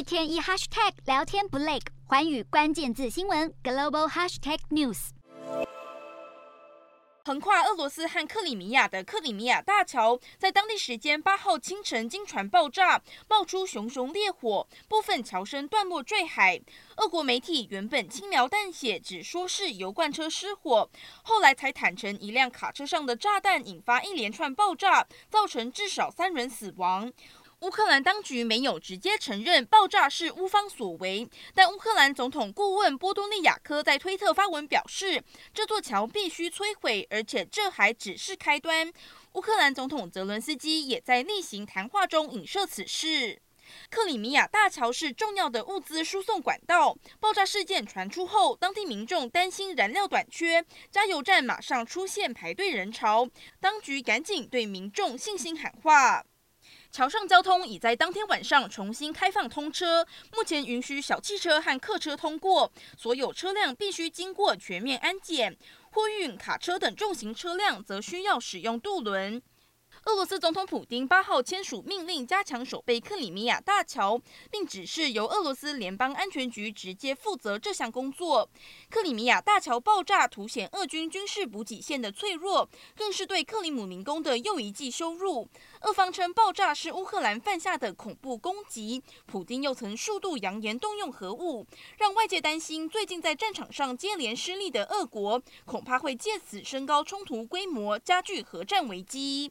天一 hashtag 聊天不累，寰宇关键字新闻 global hashtag news。 横跨俄罗斯和克里米亚的克里米亚大桥，在当地时间8号清晨经传爆炸，冒出熊熊烈火，部分桥身断落坠海。俄国媒体原本轻描淡写，只说是油罐车失火，后来才坦承一辆卡车上的炸弹引发一连串爆炸，造成至少3人死亡。乌克兰当局没有直接承认爆炸是乌方所为，但乌克兰总统顾问波多利亚科在推特发文表示，这座桥必须摧毁，而且这还只是开端。乌克兰总统泽伦斯基也在例行谈话中影射此事。克里米亚大桥是重要的物资输送管道，爆炸事件传出后，当地民众担心燃料短缺，加油站马上出现排队人潮，当局赶紧对民众信心喊话。桥上交通已在当天晚上重新开放通车，目前允许小汽车和客车通过，所有车辆必须经过全面安检，货运、卡车等重型车辆则需要使用渡轮。俄罗斯总统普丁8号签署命令，加强守备克里米亚大桥，并指示由俄罗斯联邦安全局直接负责这项工作。克里米亚大桥爆炸凸显俄军军事补给线的脆弱，更是对克里姆林宫的又一记羞辱。俄方称爆炸是乌克兰犯下的恐怖攻击，普丁又曾数度扬言动用核武，让外界担心最近在战场上接连失利的俄国，恐怕会借此升高冲突规模，加剧核战危机。